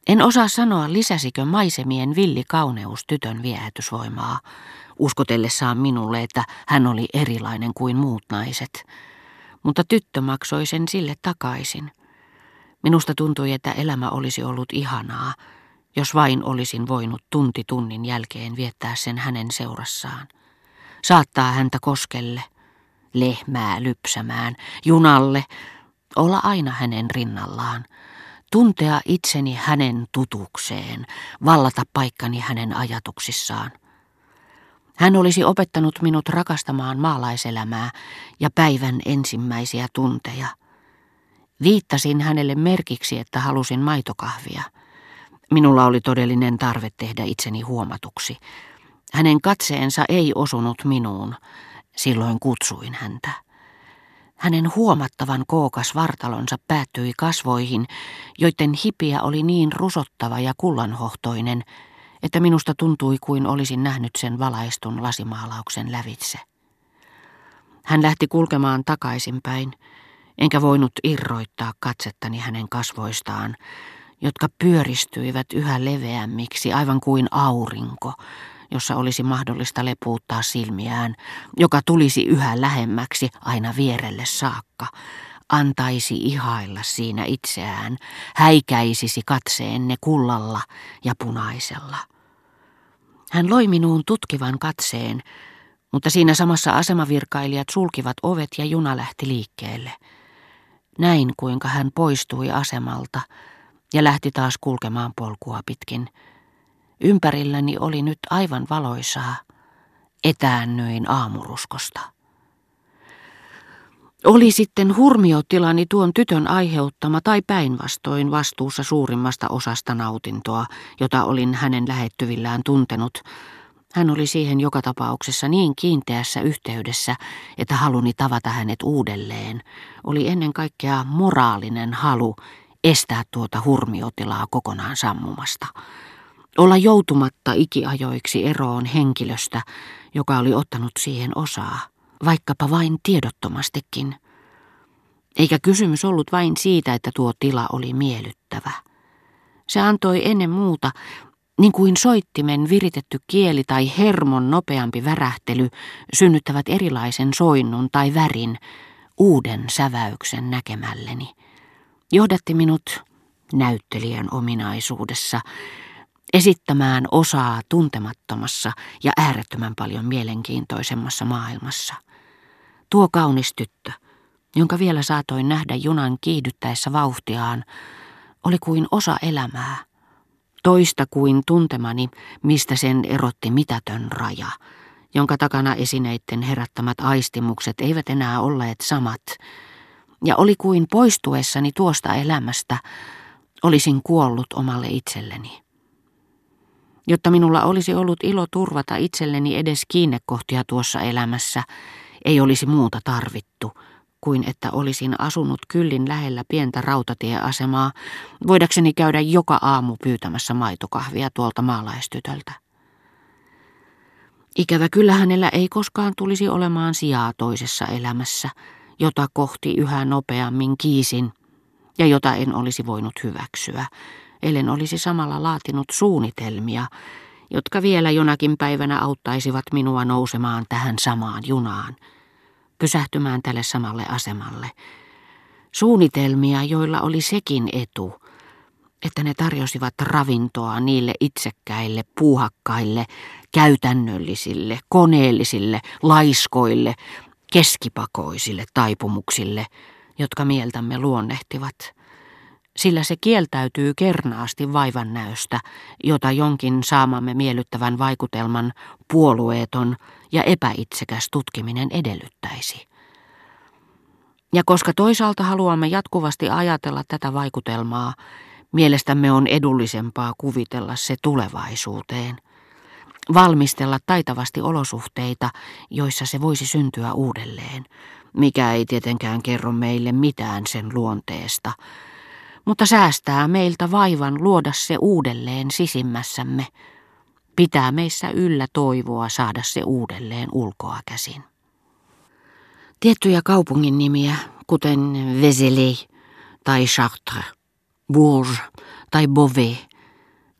En osaa sanoa, lisäsikö maisemien villi kauneus tytön viehätysvoimaa, uskotellessaan minulle, että hän oli erilainen kuin muut naiset. Mutta tyttö maksoi sen sille takaisin. Minusta tuntui, että elämä olisi ollut ihanaa, jos vain olisin voinut tunti tunnin jälkeen viettää sen hänen seurassaan. Saattaa häntä koskelle, lehmää lypsämään, junalle, olla aina hänen rinnallaan, tuntea itseni hänen tutukseen, vallata paikkani hänen ajatuksissaan. Hän olisi opettanut minut rakastamaan maalaiselämää ja päivän ensimmäisiä tunteja. Viittasin hänelle merkiksi, että halusin maitokahvia. Minulla oli todellinen tarve tehdä itseni huomatuksi. Hänen katseensa ei osunut minuun. Silloin kutsuin häntä. Hänen huomattavan kookas vartalonsa päättyi kasvoihin, joiden hipiä oli niin rusottava ja kullanhohtoinen, että minusta tuntui kuin olisin nähnyt sen valaistun lasimaalauksen lävitse. Hän lähti kulkemaan takaisinpäin, enkä voinut irroittaa katsettani hänen kasvoistaan, jotka pyöristyivät yhä leveämmiksi, aivan kuin aurinko, jossa olisi mahdollista lepuuttaa silmiään, joka tulisi yhä lähemmäksi aina vierelle saakka, antaisi ihailla siinä itseään, häikäisisi katseenne kullalla ja punaisella. Hän loi minuun tutkivan katseen, mutta siinä samassa asemavirkailijat sulkivat ovet ja juna lähti liikkeelle. Näin kuinka hän poistui asemalta ja lähti taas kulkemaan polkua pitkin. Ympärilläni oli nyt aivan valoisaa. Etäännyin aamuruskosta. Oli sitten hurmiotilani tuon tytön aiheuttama tai päinvastoin vastuussa suurimmasta osasta nautintoa, jota olin hänen lähettyvillään tuntenut. Hän oli siihen joka tapauksessa niin kiinteässä yhteydessä, että haluni tavata hänet uudelleen oli ennen kaikkea moraalinen halu estää tuota hurmiotilaa kokonaan sammumasta. Olla joutumatta ikiajoiksi eroon henkilöstä, joka oli ottanut siihen osaa, vaikkapa vain tiedottomastikin. Eikä kysymys ollut vain siitä, että tuo tila oli miellyttävä. Se antoi ennen muuta, niin kuin soittimen viritetty kieli tai hermon nopeampi värähtely synnyttävät erilaisen soinnun tai värin, uuden säväyksen näkemälleni. Johdatti minut näyttelijän ominaisuudessa esittämään osaa tuntemattomassa ja äärettömän paljon mielenkiintoisemmassa maailmassa. Tuo kaunis tyttö, jonka vielä saatoin nähdä junan kiihdyttäessä vauhtiaan, oli kuin osa elämää. Toista kuin tuntemani, mistä sen erotti mitätön raja, jonka takana esineiden herättämät aistimukset eivät enää olleet samat, ja oli kuin poistuessani tuosta elämästä olisin kuollut omalle itselleni. Jotta minulla olisi ollut ilo turvata itselleni edes kiinnekohtia tuossa elämässä, ei olisi muuta tarvittu, kuin että olisin asunut kyllin lähellä pientä rautatieasemaa, voidakseni käydä joka aamu pyytämässä maitokahvia tuolta maalaistytöltä. Ikävä kyllä hänellä ei koskaan tulisi olemaan sijaa toisessa elämässä, jota kohti yhä nopeammin kiisin ja jota en olisi voinut hyväksyä, ellen olisi samalla laatinut suunnitelmia, jotka vielä jonakin päivänä auttaisivat minua nousemaan tähän samaan junaan, pysähtymään tälle samalle asemalle. Suunnitelmia, joilla oli sekin etu, että ne tarjosivat ravintoa niille itsekkäille, puuhakkaille, käytännöllisille, koneellisille, laiskoille, keskipakoisille taipumuksille, jotka mieltämme luonnehtivat. Sillä se kieltäytyy kernaasti vaivannäöstä, jota jonkin saamamme miellyttävän vaikutelman puolueeton ja epäitsekäs tutkiminen edellyttäisi. Ja koska toisaalta haluamme jatkuvasti ajatella tätä vaikutelmaa, mielestämme on edullisempaa kuvitella se tulevaisuuteen, valmistella taitavasti olosuhteita, joissa se voisi syntyä uudelleen, mikä ei tietenkään kerro meille mitään sen luonteesta, mutta säästää meiltä vaivan luoda se uudelleen sisimmässämme, pitää meissä yllä toivoa saada se uudelleen ulkoa käsin. Tiettyjä kaupungin nimiä, kuten Vézelay tai Chartres, Bourges tai Beauvais,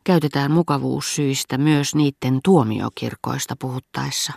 käytetään mukavuussyistä myös niiden tuomiokirkoista puhuttaessa.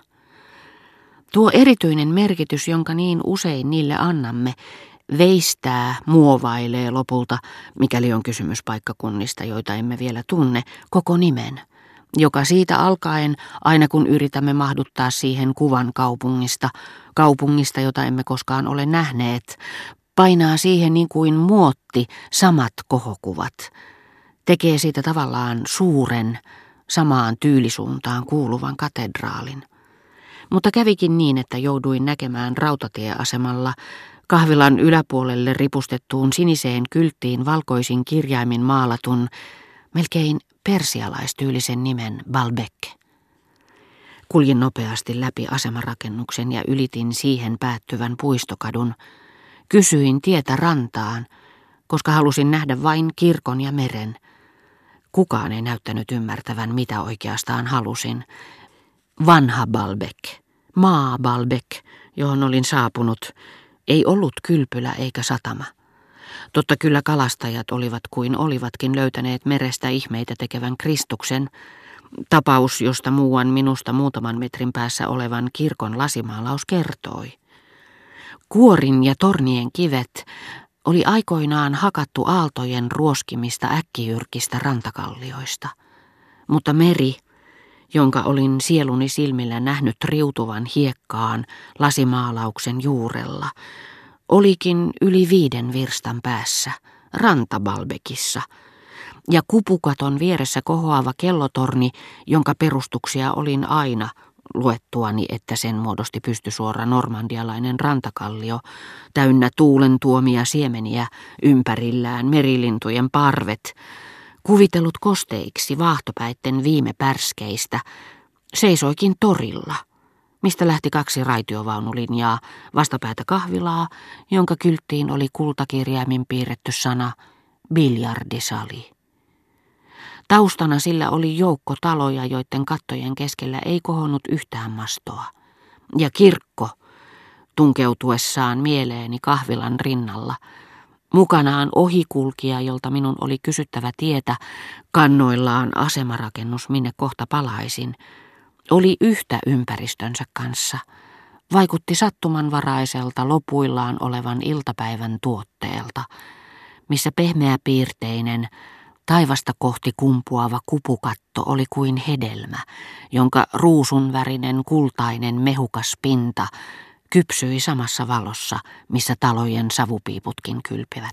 Tuo erityinen merkitys, jonka niin usein niille annamme, veistää, muovailee lopulta, mikäli on kysymys paikkakunnista, joita emme vielä tunne, koko nimen, joka siitä alkaen, aina kun yritämme mahduttaa siihen kuvan kaupungista, jota emme koskaan ole nähneet, painaa siihen niin kuin muotti samat kohokuvat, tekee siitä tavallaan suuren, samaan tyylisuuntaan kuuluvan katedraalin. Mutta kävikin niin, että jouduin näkemään rautatieasemalla kahvilan yläpuolelle ripustettuun siniseen kylttiin valkoisin kirjaimin maalatun, melkein persialaistyylisen nimen Balbec. Kuljin nopeasti läpi asemarakennuksen ja ylitin siihen päättyvän puistokadun. Kysyin tietä rantaan, koska halusin nähdä vain kirkon ja meren. Kukaan ei näyttänyt ymmärtävän, mitä oikeastaan halusin. Vanha Balbec, maa Balbec, johon olin saapunut, ei ollut kylpylä eikä satama. Totta kyllä kalastajat olivat kuin olivatkin löytäneet merestä ihmeitä tekevän Kristuksen, tapaus, josta muuan minusta muutaman metrin päässä olevan kirkon lasimaalaus kertoi. Kuorin ja tornien kivet oli aikoinaan hakattu aaltojen ruoskimista äkkijyrkistä rantakallioista, mutta meri, jonka olin sieluni silmillä nähnyt riutuvan hiekkaan lasimaalauksen juurella, olikin yli 5 virstan päässä, rantabalbekissa, ja kupukaton vieressä kohoava kellotorni, jonka perustuksia olin aina luettuani, että sen muodosti pystysuora normandialainen rantakallio, täynnä tuulen tuomia siemeniä, ympärillään merilintujen parvet, kuvitellut kosteiksi vaahtopäitten viime pärskeistä, seisoikin torilla, mistä lähti 2 raitiovaunulinjaa vastapäätä kahvilaa, jonka kylttiin oli kultakirjaimin piirretty sana biljardisali. Taustana sillä oli joukko taloja, joiden kattojen keskellä ei kohonnut yhtään mastoa. Ja kirkko, tunkeutuessaan mieleeni kahvilan rinnalla, mukanaan ohikulkija, jolta minun oli kysyttävä tietä, kannoillaan asemarakennus, minne kohta palaisin, oli yhtä ympäristönsä kanssa. Vaikutti sattumanvaraiselta lopuillaan olevan iltapäivän tuotteelta, missä pehmeäpiirteinen, taivasta kohti kumpuava kupukatto oli kuin hedelmä, jonka ruusunvärinen kultainen mehukas pinta kypsyi samassa valossa, missä talojen savupiiputkin kylpivät.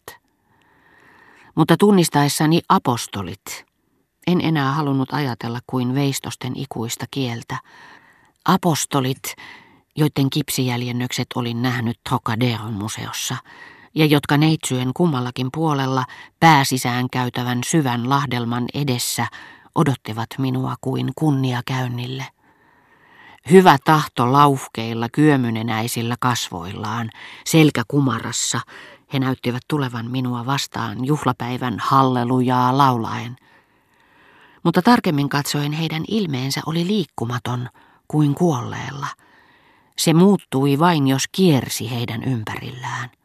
Mutta tunnistaessani apostolit, en enää halunnut ajatella kuin veistosten ikuista kieltä. Apostolit, joiden kipsijäljennökset olin nähnyt Trocaderon museossa, ja jotka neitsyen kummallakin puolella pääsisään käytävän syvän lahdelman edessä odottivat minua kuin kunniakäynnille. Hyvä tahto lauhkeilla kyömynenäisillä kasvoillaan, selkä kumarassa, he näyttivät tulevan minua vastaan juhlapäivän hallelujaa laulaen. Mutta tarkemmin katsoen heidän ilmeensä oli liikkumaton kuin kuolleella. Se muuttui vain, jos kiersi heidän ympärillään.